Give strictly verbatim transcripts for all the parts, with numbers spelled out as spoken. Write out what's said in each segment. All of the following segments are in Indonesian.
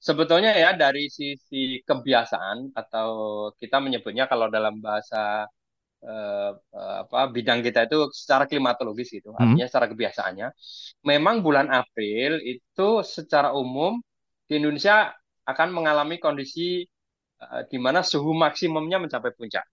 Sebetulnya ya dari sisi kebiasaan atau kita menyebutnya kalau dalam bahasa eh, eh, apa bidang kita itu secara klimatologis gitu, Hmm. artinya secara kebiasaannya, memang bulan April itu secara umum di Indonesia akan mengalami kondisi eh, di mana suhu maksimumnya mencapai puncak.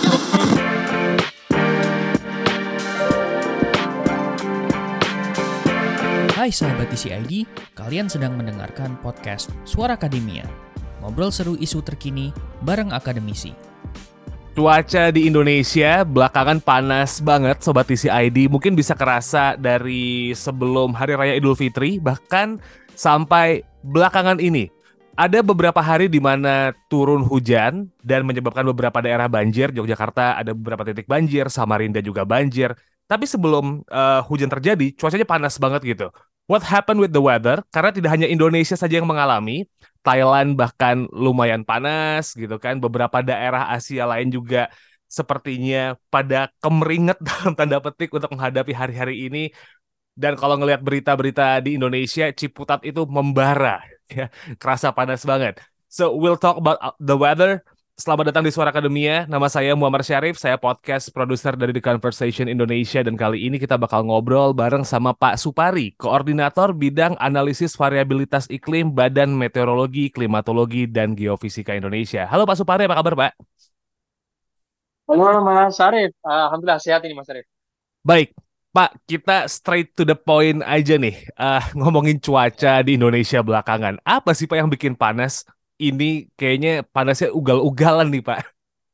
Hai sahabat T C I D, kalian sedang mendengarkan podcast Suara Akademia. Ngobrol seru isu terkini bareng akademisi. Cuaca di Indonesia belakangan panas banget Sobat T C I D. Mungkin bisa kerasa dari sebelum Hari Raya Idul Fitri, bahkan sampai belakangan ini. Ada beberapa hari di mana turun hujan dan menyebabkan beberapa daerah banjir. Yogyakarta ada beberapa titik banjir, Samarinda juga banjir. Tapi sebelum eh, hujan terjadi, cuacanya panas banget gitu. What happened with the weather? Karena tidak hanya Indonesia saja yang mengalami, Thailand bahkan lumayan panas gitu kan. Beberapa daerah Asia lain juga sepertinya pada kemeringet dalam tanda petik untuk menghadapi hari-hari ini. Dan kalau ngelihat berita-berita di Indonesia, Ciputat itu membara, ya, kerasa panas banget. So we'll talk about uh, the weather. Selamat datang di Suara Akademia. Nama saya Muhammad Syarif, saya podcast produser dari The Conversation Indonesia dan kali ini kita bakal ngobrol bareng sama Pak Supari, Koordinator Bidang Analisis Variabilitas Iklim Badan Meteorologi, Klimatologi, dan Geofisika Indonesia. Halo Pak Supari, apa kabar Pak? Halo Mas Arif, Alhamdulillah sehat ini Mas Arif. Baik, Pak, kita straight to the point aja nih. Ah, ngomongin Ya, cuaca di Indonesia belakangan. Apa sih Pak yang bikin panas? Ini kayaknya panasnya ugal-ugalan nih Pak.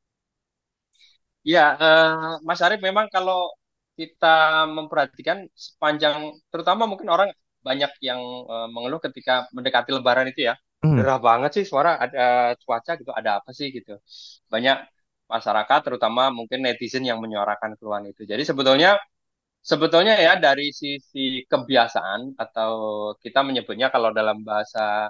ya eh, Mas Arif memang kalau kita memperhatikan sepanjang, terutama mungkin orang banyak yang eh, mengeluh ketika mendekati Lebaran itu ya, Hmm. gerah banget sih suara ada cuaca gitu, ada apa sih gitu. Banyak masyarakat, terutama mungkin netizen yang menyuarakan keluhan itu. Jadi sebetulnya sebetulnya ya dari sisi kebiasaan atau kita menyebutnya kalau dalam bahasa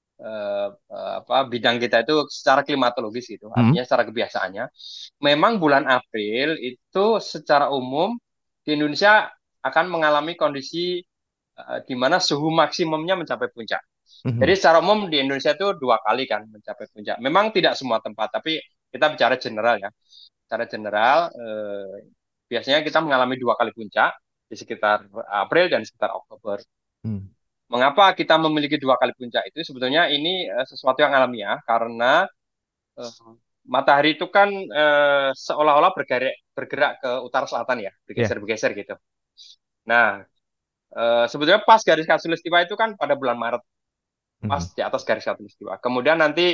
eh, eh, apa bidang kita itu secara klimatologis gitu, Hmm. artinya secara kebiasaannya, memang bulan April itu secara umum di Indonesia akan mengalami kondisi eh, di mana suhu maksimumnya mencapai puncak. Jadi Mhm. secara umum di Indonesia itu dua kali kan mencapai puncak. Memang tidak semua tempat, tapi kita bicara general ya. Secara general, eh, biasanya kita mengalami dua kali puncak di sekitar April dan sekitar Oktober. Hmm. Mengapa kita memiliki dua kali puncak itu? Sebetulnya ini eh, sesuatu yang alamiah karena eh, matahari itu kan eh, seolah-olah bergerak bergerak ke utara selatan ya, Ya. bergeser-bergeser gitu. Nah, eh, sebetulnya pas garis khatulistiwa itu kan pada bulan Maret, pas Mhm. di atas garis khatulistiwa. Kemudian nanti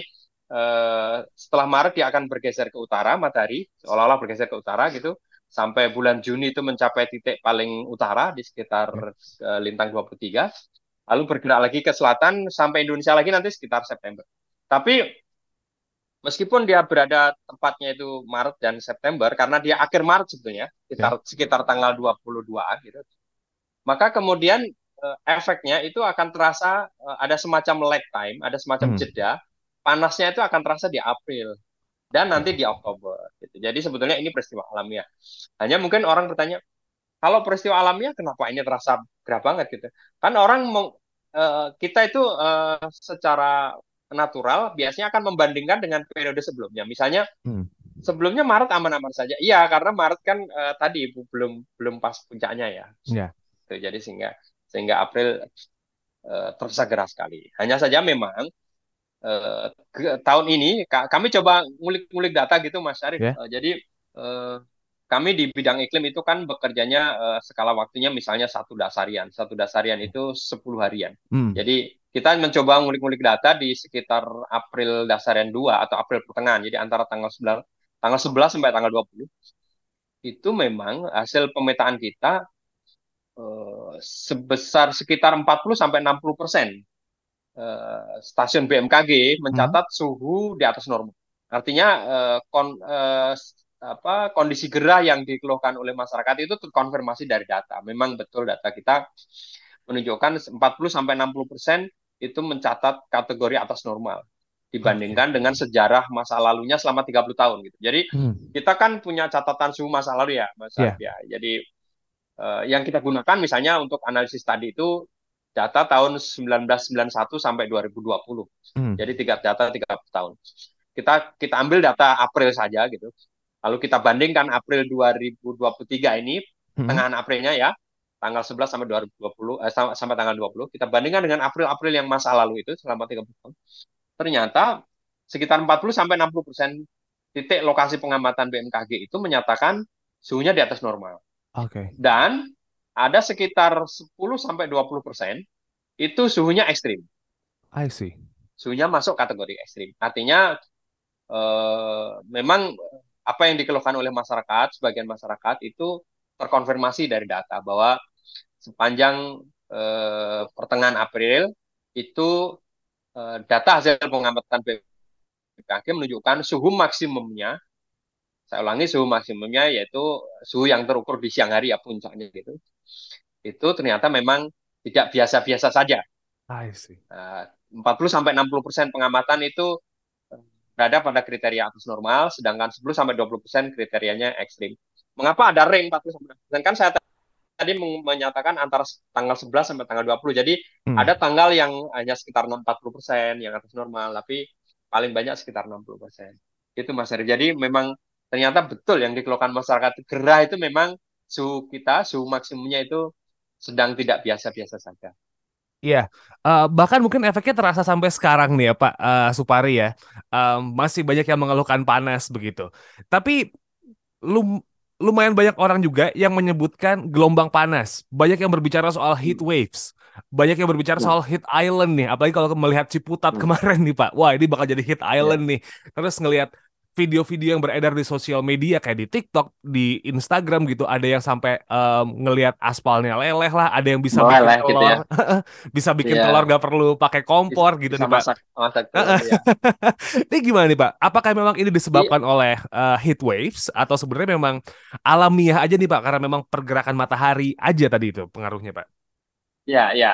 eh, setelah Maret dia akan bergeser ke utara, matahari seolah-olah bergeser ke utara gitu. Sampai bulan Juni itu mencapai titik paling utara di sekitar Ya. eh, lintang dua puluh tiga, lalu bergerak lagi ke selatan sampai Indonesia lagi nanti sekitar September. Tapi meskipun dia berada tempatnya itu Maret dan September, karena dia akhir Maret sebetulnya, sekitar, Ya. sekitar tanggal dua puluh dua gitu, maka kemudian eh, efeknya itu akan terasa eh, ada semacam lag time, ada semacam Hmm. jeda, panasnya itu akan terasa di April dan nanti Oh. di Oktober. Gitu. Jadi sebetulnya ini peristiwa alamiah. Hanya mungkin orang bertanya, kalau peristiwa alamiah kenapa ini terasa gerah banget gitu? Kan orang meng, eh, kita itu eh, secara natural biasanya akan membandingkan dengan periode sebelumnya. Misalnya Hmm. sebelumnya Maret aman-aman saja. Iya, karena Maret kan eh, tadi belum belum pas puncaknya ya. Ya. Gitu. Jadi sehingga sehingga April eh, terasa gerah sekali. Hanya saja memang eh, ke- tahun ini ka- kami coba ngulik-ngulik data gitu Mas Syarif. Ya. Eh, jadi eh, kami di bidang iklim itu kan bekerjanya eh, skala waktunya misalnya satu dasarian. Satu dasarian itu sepuluh harian. Hmm. Jadi kita mencoba ngulik-ngulik data di sekitar April dasarian dua atau April pertengahan. Jadi antara tanggal sembilan tanggal sebelas sampai tanggal dua puluh itu memang hasil pemetaan kita eh, sebesar sekitar empat puluh sampai enam puluh persen eh, stasiun B M K G Hmm. mencatat suhu di atas normal. Artinya eh, kon, eh, apa, kondisi gerah yang dikeluhkan oleh masyarakat itu terkonfirmasi dari data. Memang betul data kita menunjukkan empat puluh sampai enam puluh persen itu mencatat kategori atas normal Oke. dibandingkan dengan sejarah masa lalunya selama tiga puluh tahun gitu. Jadi Hmm. kita kan punya catatan suhu masa lalu ya, Mas Arif Ya. ya. Jadi eh, yang kita gunakan misalnya untuk analisis tadi itu data tahun seribu sembilan ratus sembilan puluh satu sampai dua ribu dua puluh. Hmm. Jadi tiga data tiga tahun. Kita kita ambil data April saja gitu. Lalu kita bandingkan April dua ribu dua puluh tiga ini, Hmm. pertengahan Aprilnya ya, tanggal sebelas sampai dua ribu dua puluh eh, sampai tanggal dua puluh, kita bandingkan dengan April-April yang masa lalu itu selama tiga puluh tahun. Ternyata sekitar empat puluh sampai enam puluh persen titik lokasi pengamatan B M K G itu menyatakan suhunya di atas normal. Oke. Dan ada sekitar sepuluh sampai dua puluh persen itu suhunya ekstrim. I see. Suhunya masuk kategori ekstrim. Artinya eh, memang apa yang dikeluhkan oleh masyarakat, sebagian masyarakat itu terkonfirmasi dari data bahwa sepanjang eh, pertengahan April itu eh, data hasil pengamatan B M K G menunjukkan suhu maksimumnya, saya ulangi suhu maksimumnya yaitu suhu yang terukur di siang hari ya puncaknya gitu. Itu ternyata memang tidak biasa-biasa saja. I see. Uh, empat puluh sampai enam puluh persen pengamatan itu berada pada kriteria atas normal, sedangkan sepuluh sampai dua puluh persen kriterianya ekstrim. Mengapa ada range empat puluh sampai enam puluh persen? Kan saya tadi menyatakan antara tanggal sebelas sampai tanggal dua puluh. Jadi Hmm. ada tanggal yang hanya sekitar empat puluh persen yang atas normal, tapi paling banyak sekitar enam puluh persen. Itu Mas Heri. Jadi memang ternyata betul yang dikeluhkan masyarakat gerah itu memang suhu kita, suhu maksimumnya itu sedang tidak biasa-biasa saja. Iya, eh, bahkan mungkin efeknya terasa sampai sekarang nih ya Pak eh, Supari ya. Em, masih banyak yang mengeluhkan panas begitu. Tapi lum- lumayan banyak orang juga yang menyebutkan gelombang panas. Banyak yang berbicara soal heat Hmm. waves. Banyak yang berbicara Hmm. soal heat island nih. Apalagi kalau melihat Ciputat Hmm. kemarin nih Pak. Wah ini bakal jadi heat Ya. island nih. Terus ngelihat video-video yang beredar di sosial media kayak di TikTok, di Instagram gitu. Ada yang sampai em, ngelihat aspalnya leleh lah. Ada yang bisa bikin Meleleh gitu ya. telur. Bisa bikin telur Iya, gak perlu pakai bisa, kompor gitu bisa nih Pak. masak masak telur ya. Ini gimana nih Pak? Apakah memang ini Iya, disebabkan oleh uh, heat waves atau sebenarnya memang alamiah aja nih Pak karena memang pergerakan matahari aja tadi itu pengaruhnya Pak? ya, ya.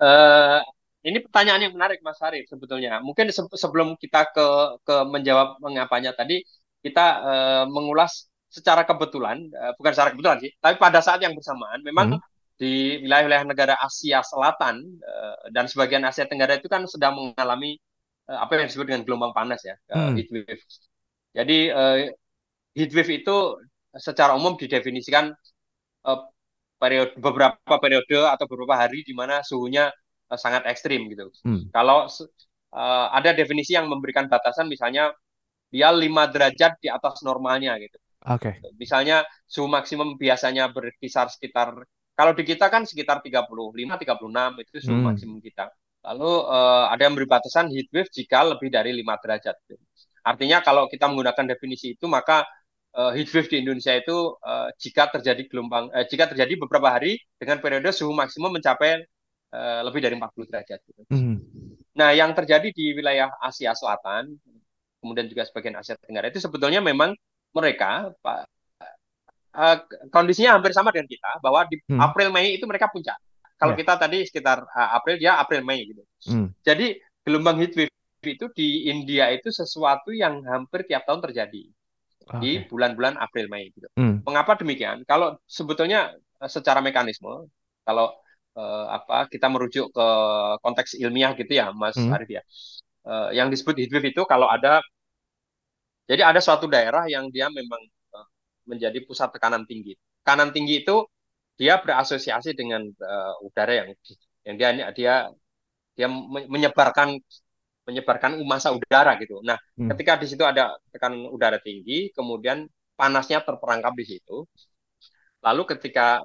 Eh, ini pertanyaan yang menarik Mas Harif sebetulnya. Mungkin se- sebelum kita ke ke menjawab mengapanya tadi, kita eh, mengulas secara kebetulan, eh, bukan secara kebetulan sih, tapi pada saat yang bersamaan, memang Hmm. di wilayah-wilayah negara Asia Selatan eh, dan sebagian Asia Tenggara itu kan sedang mengalami eh, apa yang disebut dengan gelombang panas ya, eh, Hmm. heat wave. Jadi eh, heat wave itu secara umum didefinisikan eh, periode beberapa periode atau beberapa hari di mana suhunya uh, sangat ekstrim gitu. Hmm. Kalau uh, ada definisi yang memberikan batasan misalnya dia lima derajat di atas normalnya gitu. Oke. Misalnya suhu maksimum biasanya berkisar sekitar kalau di kita kan sekitar tiga puluh lima tiga puluh enam itu suhu Hmm. maksimum kita. Lalu uh, ada yang beri batasan heat wave jika lebih dari lima derajat. Artinya kalau kita menggunakan definisi itu maka uh, heat wave di Indonesia itu uh, jika terjadi gelombang uh, jika terjadi beberapa hari dengan periode suhu maksimum mencapai uh, lebih dari empat puluh derajat gitu. Hmm. Nah, yang terjadi di wilayah Asia Selatan kemudian juga sebagian Asia Tenggara itu sebetulnya memang mereka Pak uh, kondisinya hampir sama dengan kita bahwa di Hmm. April Mei itu mereka puncak. Kalau Ya. kita tadi sekitar uh, April dia April Mei gitu. Hmm. Jadi gelombang heat wave itu di India itu sesuatu yang hampir tiap tahun terjadi di Oke. bulan-bulan April Mei gitu. Hmm. Mengapa demikian? Kalau sebetulnya eh, secara mekanisme kalau eh, apa kita merujuk ke konteks ilmiah gitu ya Mas Hmm. Arif ya. Eh, yang disebut heat wave itu kalau ada jadi ada suatu daerah yang dia memang eh, menjadi pusat tekanan tinggi. Tekanan tinggi itu dia berasosiasi dengan eh, udara yang yang dia dia dia menyebarkan menyebarkan massa udara gitu. Nah, Hmm. ketika di situ ada tekanan udara tinggi, kemudian panasnya terperangkap di situ. Lalu ketika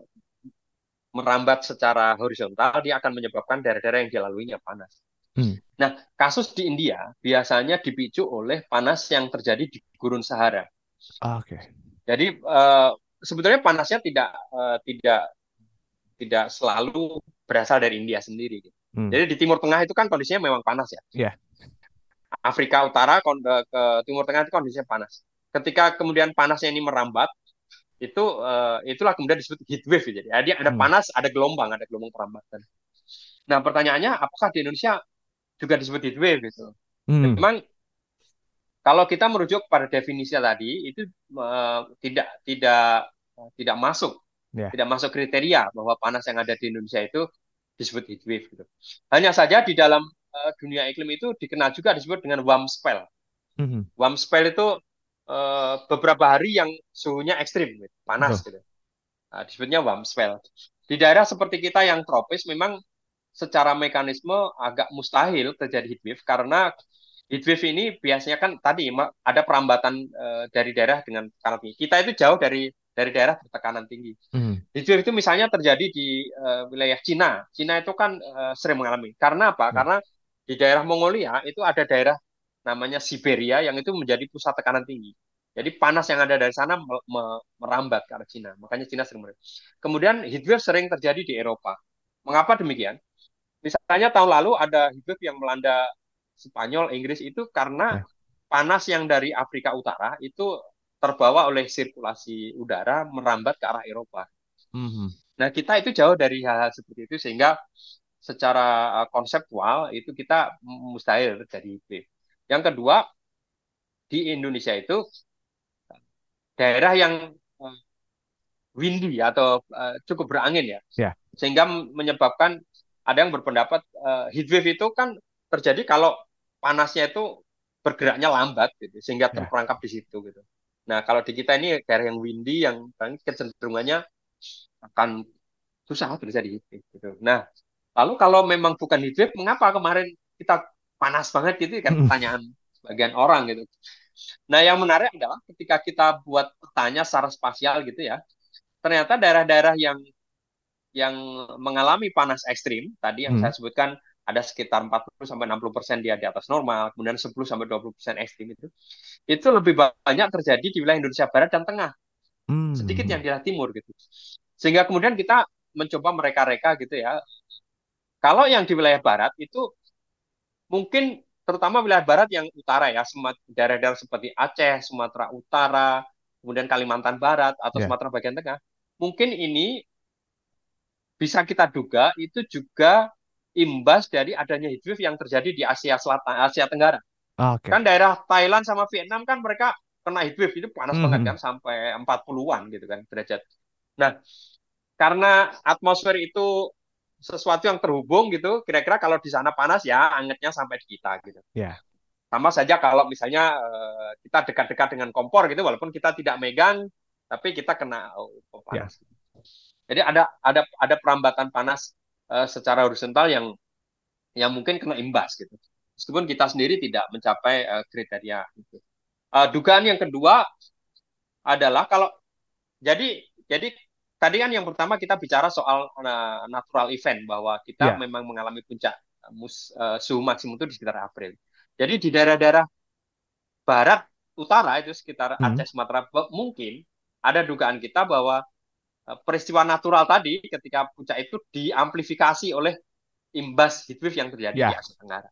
merambat secara horizontal, dia akan menyebabkan daerah-daerah yang dilaluinya panas. Hmm. Nah, kasus di India biasanya dipicu oleh panas yang terjadi di Gurun Sahara. Oke. Jadi uh, sebetulnya panasnya tidak uh, tidak tidak selalu berasal dari India sendiri. Hmm. Jadi di Timur Tengah itu kan kondisinya memang panas ya. Ya. Afrika Utara ke Timur Tengah itu kondisinya panas. Ketika kemudian panasnya ini merambat, itu uh, itulah kemudian disebut heat wave. Jadi ada ada Hmm. panas, ada gelombang, ada gelombang perambatan. Nah pertanyaannya, apakah di Indonesia juga disebut heat wave gitu? Hmm. Memang kalau kita merujuk pada definisi tadi itu uh, tidak tidak uh, tidak masuk, Ya. tidak masuk kriteria bahwa panas yang ada di Indonesia itu disebut heat wave gitu. Hanya saja di dalam uh, dunia iklim itu dikenal juga disebut dengan warm spell. Mhm. Warm spell itu uh, beberapa hari yang suhunya ekstrim, gitu, panas Betul. gitu. Nah, disebutnya warm spell. Di daerah seperti kita yang tropis memang secara mekanisme agak mustahil terjadi heat wave karena heat wave ini biasanya kan tadi ada perambatan uh, dari daerah dengan tekanan tinggi. Kita itu jauh dari dari daerah bertekanan tinggi. Mhm. Heat wave itu misalnya terjadi di uh, wilayah Cina. Cina itu kan uh, sering mengalami. Karena apa? Ya. Karena di daerah Mongolia itu ada daerah namanya Siberia yang itu menjadi pusat tekanan tinggi. Jadi panas yang ada dari sana me- me- merambat ke arah Cina. Makanya Cina sering merambat. Kemudian heat wave sering terjadi di Eropa. Mengapa demikian? Misalnya tahun lalu ada heat wave yang melanda Spanyol, Inggris itu karena Ya. panas yang dari Afrika Utara itu terbawa oleh sirkulasi udara merambat ke arah Eropa. Mhm. Nah, kita itu jauh dari hal-hal seperti itu sehingga secara uh, konseptual itu kita mustahil terjadi heat wave. Yang kedua, di Indonesia itu daerah yang uh, windy atau uh, cukup berangin ya. Ya. Sehingga menyebabkan ada yang berpendapat uh, heat wave itu kan terjadi kalau panasnya itu bergeraknya lambat gitu sehingga Ya. terperangkap di situ gitu. Nah, kalau di kita ini daerah yang windy yang kecenderungannya akan susah terjadi heat wave gitu. Nah, lalu kalau memang bukan heat wave, mengapa kemarin kita panas banget gitu kan Mhm. pertanyaan sebagian orang gitu. Nah, yang menarik adalah ketika kita buat petanya secara spasial gitu ya, ternyata daerah-daerah yang yang mengalami panas ekstrim tadi yang saya Mhm. sebutkan ada sekitar empat puluh sampai enam puluh persen dia di atas normal, kemudian sepuluh sampai dua puluh persen ekstrim itu. Itu lebih banyak terjadi di wilayah Indonesia Barat dan Tengah, sedikit yang Mhm. di wilayah Timur gitu. Sehingga kemudian kita mencoba mereka-reka gitu ya. Kalau yang di wilayah barat itu mungkin terutama wilayah barat yang utara ya, daerah-daerah seperti Aceh, Sumatera Utara, kemudian Kalimantan Barat atau Ya. Sumatera bagian tengah, mungkin ini bisa kita duga itu juga imbas dari adanya heat wave yang terjadi di Asia Selatan, Asia Tenggara. Oke. Kan daerah Thailand sama Vietnam kan mereka kena heat wave itu panas banget Mhm. kan sampai empat puluhan gitu kan derajat. Nah, karena atmosfer itu sesuatu yang terhubung gitu, kira-kira kalau di sana panas ya angetnya sampai di kita gitu. Ya. Sama saja kalau misalnya uh, kita dekat-dekat dengan kompor gitu, walaupun kita tidak megang, tapi kita kena oh, Ya. panas. Jadi ada ada ada perambatan panas uh, secara horizontal yang yang mungkin kena imbas gitu. Meskipun kita sendiri tidak mencapai uh, kriteria itu. Uh, dugaan yang kedua adalah kalau jadi jadi tadi kan yang pertama kita bicara soal uh, natural event bahwa kita Ya. memang mengalami puncak uh, mus, uh, suhu maksimum itu di sekitar April. Jadi di daerah-daerah barat utara itu sekitar Mhm. Aceh Sumatera mungkin ada dugaan kita bahwa uh, peristiwa natural tadi ketika puncak itu diamplifikasi oleh imbas heatwave yang terjadi di Ya. Asia Tenggara.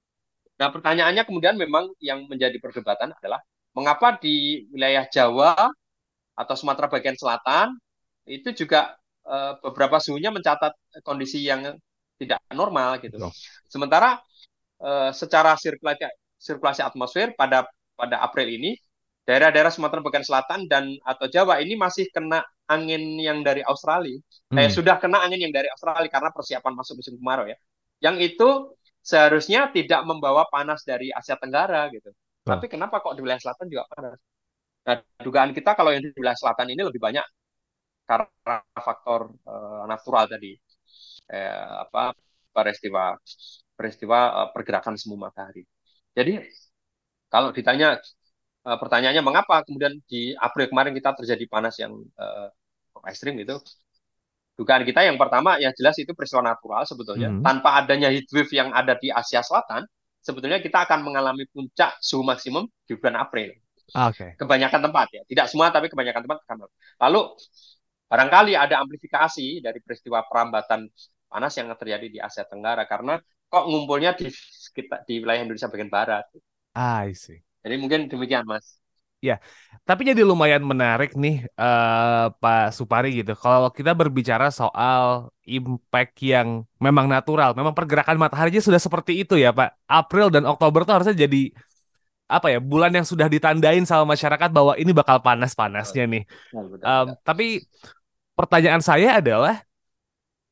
Nah, pertanyaannya kemudian memang yang menjadi perdebatan adalah mengapa di wilayah Jawa atau Sumatera bagian selatan itu juga uh, beberapa suhunya mencatat kondisi yang tidak normal gitu. Betul. Sementara uh, secara sirkulasi sirkulasi atmosfer pada pada April ini daerah-daerah Sumatera bagian selatan dan atau Jawa ini masih kena angin yang dari Australia. Eh, Mhm. sudah kena angin yang dari Australia karena persiapan masuk musim kemarau ya. Yang itu seharusnya tidak membawa panas dari Asia Tenggara gitu. Betul. Tapi kenapa kok di wilayah selatan juga panas? Nah, dugaan kita kalau yang di wilayah selatan ini lebih banyak karena faktor uh, natural tadi, eh, apa peristiwa peristiwa uh, pergerakan semu matahari. Jadi kalau ditanya uh, pertanyaannya mengapa kemudian di April kemarin kita terjadi panas yang uh, ekstrim itu, dugaan kita yang pertama yang jelas itu peristiwa natural sebetulnya. Mhm. Tanpa adanya heat wave yang ada di Asia Selatan, sebetulnya kita akan mengalami puncak suhu maksimum di bulan April. Oke. Kebanyakan tempat ya, tidak semua tapi kebanyakan tempat akan. Lalu barangkali ada amplifikasi dari peristiwa perambatan panas yang terjadi di Asia Tenggara karena kok ngumpulnya di kita di wilayah Indonesia bagian barat. I see. Jadi mungkin demikian, Mas. Ya, tapi jadi lumayan menarik nih eh, Pak Supari gitu. Kalau kita berbicara soal impact yang memang natural, memang pergerakan mataharinya sudah seperti itu ya Pak. April dan Oktober tuh harusnya jadi apa ya, bulan yang sudah ditandain sama masyarakat bahwa ini bakal panas-panasnya nih. Betul, betul, Em, betul. tapi pertanyaan saya adalah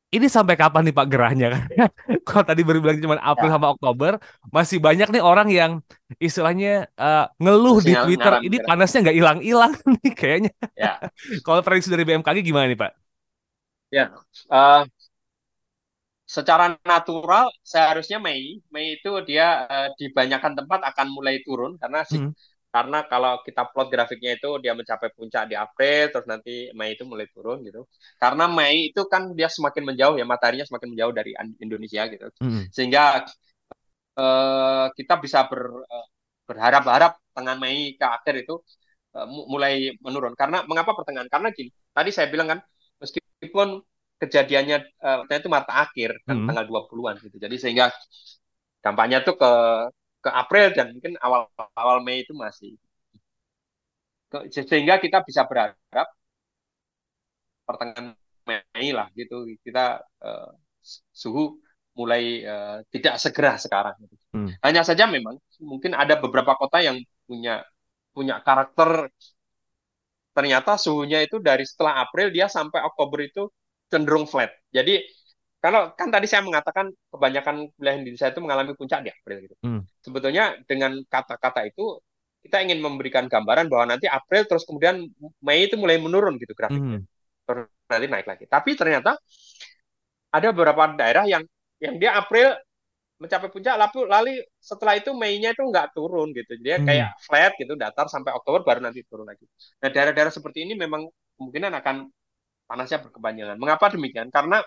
ini sampai kapan nih Pak gerahnya kan? Kalau tadi baru bilang cuma April Ya, sama Oktober, masih banyak nih orang yang istilahnya eh, ngeluh masih di ngal- Twitter, ngalami ini gerah. panasnya nggak hilang-hilang nih kayaknya. Ya, Kalau prediksi dari B M K G gimana nih Pak? ya. Eh, secara natural seharusnya Mei, Mei itu dia eh, di banyakkan tempat akan mulai turun karena si, Hmm, karena kalau kita plot grafiknya itu dia mencapai puncak di April, terus nanti Mei itu mulai turun gitu. Karena Mei itu kan dia semakin menjauh ya, mataharinya semakin menjauh dari Indonesia gitu. hmm, Sehingga eh, kita bisa ber, eh, berharap-harap pertengahan Mei ke akhir itu eh, mulai menurun. Karena mengapa pertengahan? Karena gini, tadi saya bilang kan meskipun kejadiannya eh, itu Maret akhir kan hmm, tanggal dua puluhan-an gitu. Jadi sehingga dampaknya tuh ke ke April dan mungkin awal awal Mei itu masih ke- sehingga kita bisa berharap pertengahan Mei lah gitu kita eh, suhu mulai eh, tidak segera sekarang gitu. hmm, Hanya saja memang mungkin ada beberapa kota yang punya punya karakter ternyata suhunya itu dari setelah April dia sampai Oktober itu cenderung flat. Jadi kalau kan tadi saya mengatakan kebanyakan wilayah Indonesia itu mengalami puncak di April gitu. hmm, Sebetulnya dengan kata-kata itu kita ingin memberikan gambaran bahwa nanti April terus kemudian Mei itu mulai menurun gitu grafiknya. hmm, Terus nanti naik lagi. Tapi ternyata ada beberapa daerah yang yang dia April mencapai puncak lalu lalu setelah itu Mei-nya itu nggak turun gitu. Dia hmm. kayak flat gitu datar sampai Oktober baru nanti turun lagi. Nah, daerah-daerah seperti ini memang kemungkinan akan panasnya berkepanjangan. Mengapa demikian? Karena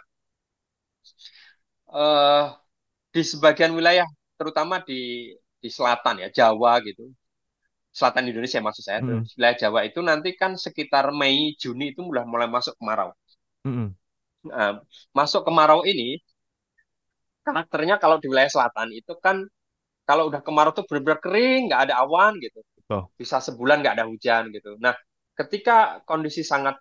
eh, di sebagian wilayah terutama di di selatan ya Jawa gitu. Selatan Indonesia maksud saya tuh. Hmm, Wilayah Jawa itu nanti kan sekitar Mei Juni itu mulai mulai masuk kemarau. hmm, Nah, masuk kemarau ini karakternya kalau di wilayah selatan itu kan kalau udah kemarau tuh benar-benar kering, nggak ada awan gitu. betul. Bisa sebulan nggak ada hujan gitu. Nah, ketika kondisi sangat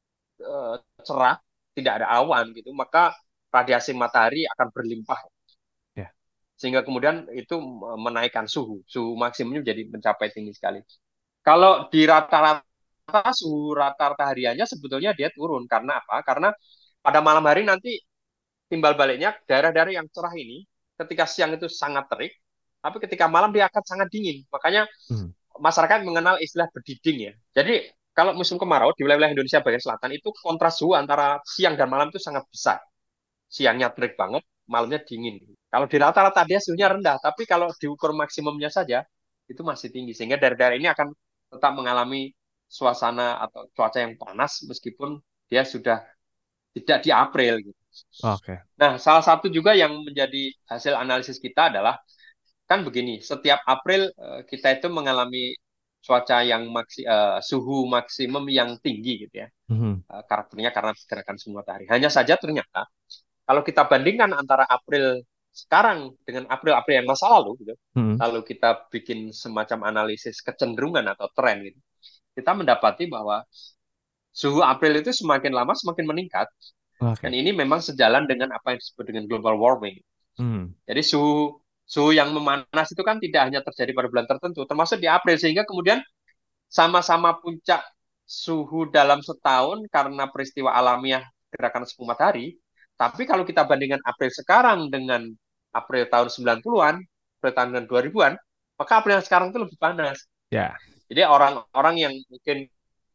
eh, cerah, tidak ada awan gitu, maka radiasi matahari akan berlimpah Ya. sehingga kemudian itu menaikkan suhu, suhu maksimumnya jadi mencapai tinggi sekali. Kalau di rata-rata suhu rata-rata hariannya sebetulnya dia turun karena apa? Karena pada malam hari nanti timbal baliknya daerah-daerah yang cerah ini ketika siang itu sangat terik, tapi ketika malam dia akan sangat dingin. Makanya Hmm, masyarakat mengenal istilah berdiding ya. Jadi kalau musim kemarau di wilayah Indonesia bagian selatan itu kontras suhu antara siang dan malam itu sangat besar. Siangnya terik banget, malamnya dingin. Kalau di rata-rata dia suhunya rendah, tapi kalau diukur maksimumnya saja itu masih tinggi. Sehingga daerah-daerah ini akan tetap mengalami suasana atau cuaca yang panas meskipun dia sudah tidak di April gitu. oke. Nah, salah satu juga yang menjadi hasil analisis kita adalah kan begini, setiap April eh, kita itu mengalami cuaca yang maksi, eh, suhu maksimum yang tinggi gitu ya. Hmm, Eh, karakternya karena gerakan semu matahari. Hanya saja ternyata kalau kita bandingkan antara April sekarang dengan April-April yang masa lalu gitu, hmm, lalu kita bikin semacam analisis kecenderungan atau tren gitu, kita mendapati bahwa suhu April itu semakin lama semakin meningkat dan oke. ini memang sejalan dengan apa yang disebut dengan global warming. Hmm, Jadi suhu suhu yang memanas itu kan tidak hanya terjadi pada bulan tertentu, termasuk di April sehingga kemudian sama-sama puncak suhu dalam setahun karena peristiwa alamiah gerakan semu matahari. Tapi kalau kita bandingkan April sekarang dengan April tahun sembilan puluhan-an, April tahun dua ribuan-an, maka April yang sekarang itu lebih panas. ya. Jadi orang-orang yang mungkin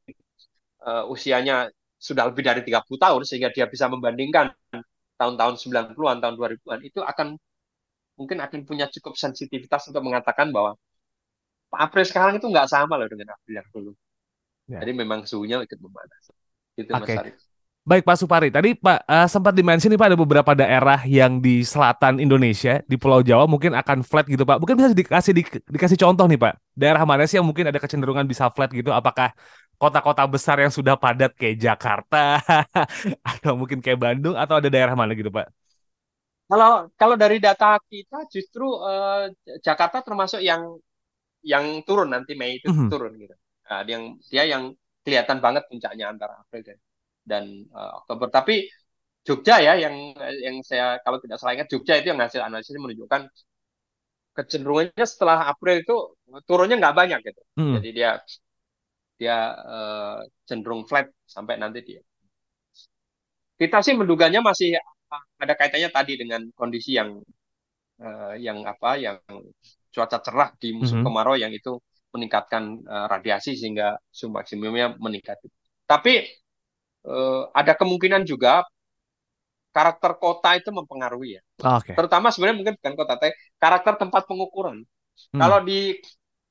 uh, usianya sudah lebih dari tiga puluh tahun sehingga dia bisa membandingkan tahun-tahun sembilan puluhan-an, tahun dua ribuan-an itu akan mungkin akan punya cukup sensitivitas untuk mengatakan bahwa April sekarang itu nggak sama loh dengan April yang dulu. Ya. Jadi memang suhunya ikut memanas. Itu Mas Oke. Arif. Baik Pak Supari, tadi Pak eh, sempat dimention nih Pak ada beberapa daerah yang di selatan Indonesia, di Pulau Jawa mungkin akan flat gitu Pak. Mungkin bisa dikasih di- dikasih contoh nih Pak. Daerah mana sih yang mungkin ada kecenderungan bisa flat gitu? Apakah kota-kota besar yang sudah padat kayak Jakarta atau mungkin kayak Bandung atau ada daerah mana gitu Pak? Kalau kalau dari data kita justru eh, Jakarta termasuk yang yang turun nanti Mei itu Mhm, turun gitu. Nah, yang dia yang kelihatan banget puncaknya antara April dan, dan eh, Oktober. Tapi Jogja ya yang yang saya kalau tidak salah ingat Jogja itu yang hasil analisis menunjukkan kecenderungannya setelah April itu turunnya nggak banyak gitu. mhm, Jadi dia dia eh, cenderung flat sampai nanti dia. Kita sih menduganya masih ada kaitannya tadi dengan kondisi yang uh, yang apa yang cuaca cerah di musim Mhm. kemarau yang itu meningkatkan uh, radiasi sehingga suhu maksimumnya meningkat. Tapi uh, ada kemungkinan juga karakter kota itu mempengaruhi ya. Oke. Terutama sebenarnya mungkin bukan kota, tapi karakter tempat pengukuran. Hmm. Kalau di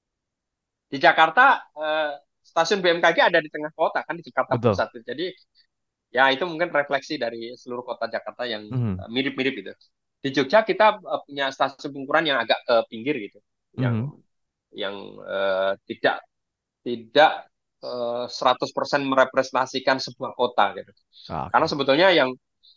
di Jakarta uh, stasiun B M K G ada di tengah kota kan, di Jakarta Betul. Pusat. Jadi ya itu mungkin refleksi dari seluruh kota Jakarta yang Mhm. uh, mirip-mirip itu. Di Jogja kita uh, punya stasiun pengukuran yang agak ke pinggir gitu, yang Mhm. yang uh, tidak tidak uh, seratus persen merepresentasikan sebuah kota gitu. Oke. Karena sebetulnya yang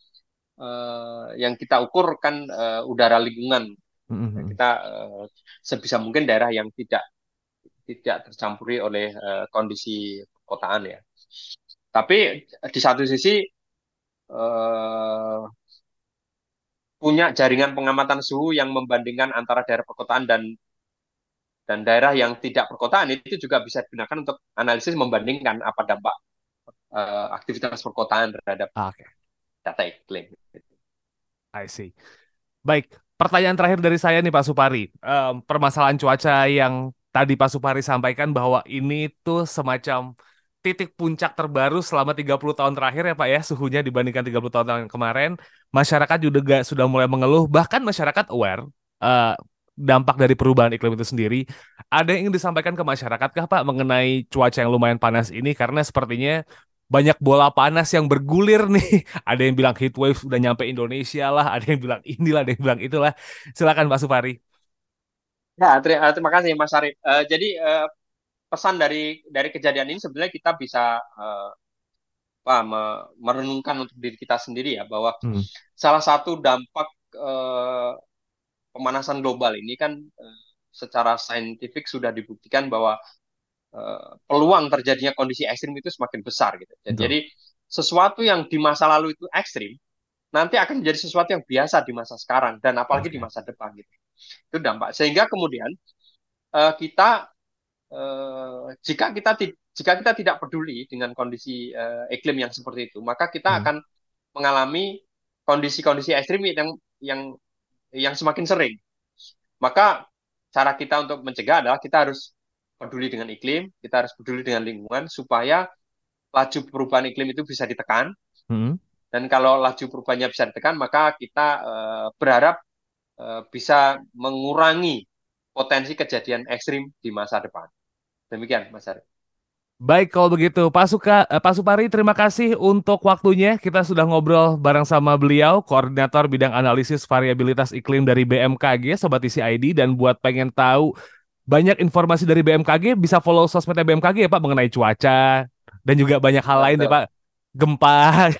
uh, yang kita ukur kan uh, udara lingkungan. Mhm. Kita uh, sebisa mungkin daerah yang tidak tidak tercampuri oleh uh, kondisi perkotaan ya. Tapi di satu sisi uh, punya jaringan pengamatan suhu yang membandingkan antara daerah perkotaan dan dan daerah yang tidak perkotaan, itu juga bisa digunakan untuk analisis membandingkan apa dampak uh, aktivitas perkotaan terhadap Oke. data iklim. I see. Baik, pertanyaan terakhir dari saya nih Pak Supari. Em, permasalahan cuaca yang tadi Pak Supari sampaikan bahwa ini tuh semacam titik puncak terbaru selama tiga puluh tahun terakhir ya Pak ya, suhunya dibandingkan tiga puluh tahun yang kemarin. Masyarakat juga sudah mulai mengeluh, bahkan masyarakat aware eh, dampak dari perubahan iklim itu sendiri. Ada yang ingin disampaikan ke masyarakat kah Pak mengenai cuaca yang lumayan panas ini? Karena sepertinya banyak bola panas yang bergulir nih. Ada yang bilang heat wave udah nyampe Indonesia lah, ada yang bilang inilah, ada yang bilang itulah. Silakan Pak Supari. Ya, ter- uh, terima kasih Mas Arif. Uh, jadi uh, pesan dari dari kejadian ini sebenarnya kita bisa uh, apa, me- merenungkan untuk diri kita sendiri ya, bahwa Hmm. salah satu dampak uh, pemanasan global ini kan uh, secara saintifik sudah dibuktikan bahwa uh, peluang terjadinya kondisi ekstrim itu semakin besar gitu. Jadi, Betul. jadi sesuatu yang di masa lalu itu ekstrim nanti akan menjadi sesuatu yang biasa di masa sekarang dan apalagi Oke. di masa depan gitu. Itu dampak. Sehingga kemudian uh, kita uh, jika kita ti- jika kita tidak peduli dengan kondisi uh, iklim yang seperti itu, maka kita Hmm. akan mengalami kondisi-kondisi ekstrim yang yang yang semakin sering. Maka cara kita untuk mencegah adalah kita harus peduli dengan iklim, kita harus peduli dengan lingkungan supaya laju perubahan iklim itu bisa ditekan. Hmm. Dan kalau laju perubahannya bisa ditekan, maka kita uh, berharap uh, bisa mengurangi potensi kejadian ekstrim di masa depan. Demikian, Mas Arif. Baik kalau begitu, Pak Suka, eh, Pak Supari, terima kasih untuk waktunya. Kita sudah ngobrol bareng sama beliau, Koordinator Bidang Analisis Variabilitas Iklim dari B M K G, Sobat Isi I D. Dan buat pengen tahu banyak informasi dari B M K G, bisa follow sosmednya B M K G ya Pak, mengenai cuaca, dan juga banyak hal Ya, lain ya betul. Pak, gempa,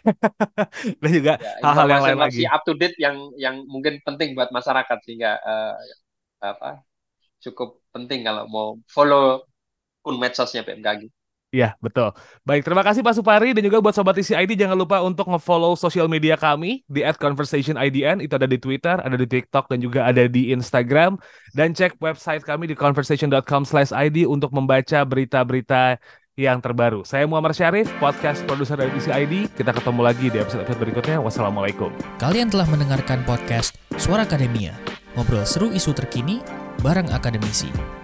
dan juga Ya, hal-hal yang lain informasi-informasi lagi. up to date yang yang mungkin penting buat masyarakat sehingga uh, apa cukup penting kalau mau follow akun medsosnya B M K G. Iya, betul. Baik, terima kasih Pak Supari, dan juga buat Sobat Isi I D jangan lupa untuk nge-follow sosial media kami di at conversation I D N, itu ada di Twitter, ada di TikTok, dan juga ada di Instagram. Dan cek website kami di conversation dot com slash I D untuk membaca berita-berita yang terbaru. Saya Muhammad Syarif, podcast produser dari Isi I D. Kita ketemu lagi di episode berikutnya. Wassalamualaikum. Kalian telah mendengarkan podcast Suara Akademia, ngobrol seru isu terkini bareng akademisi.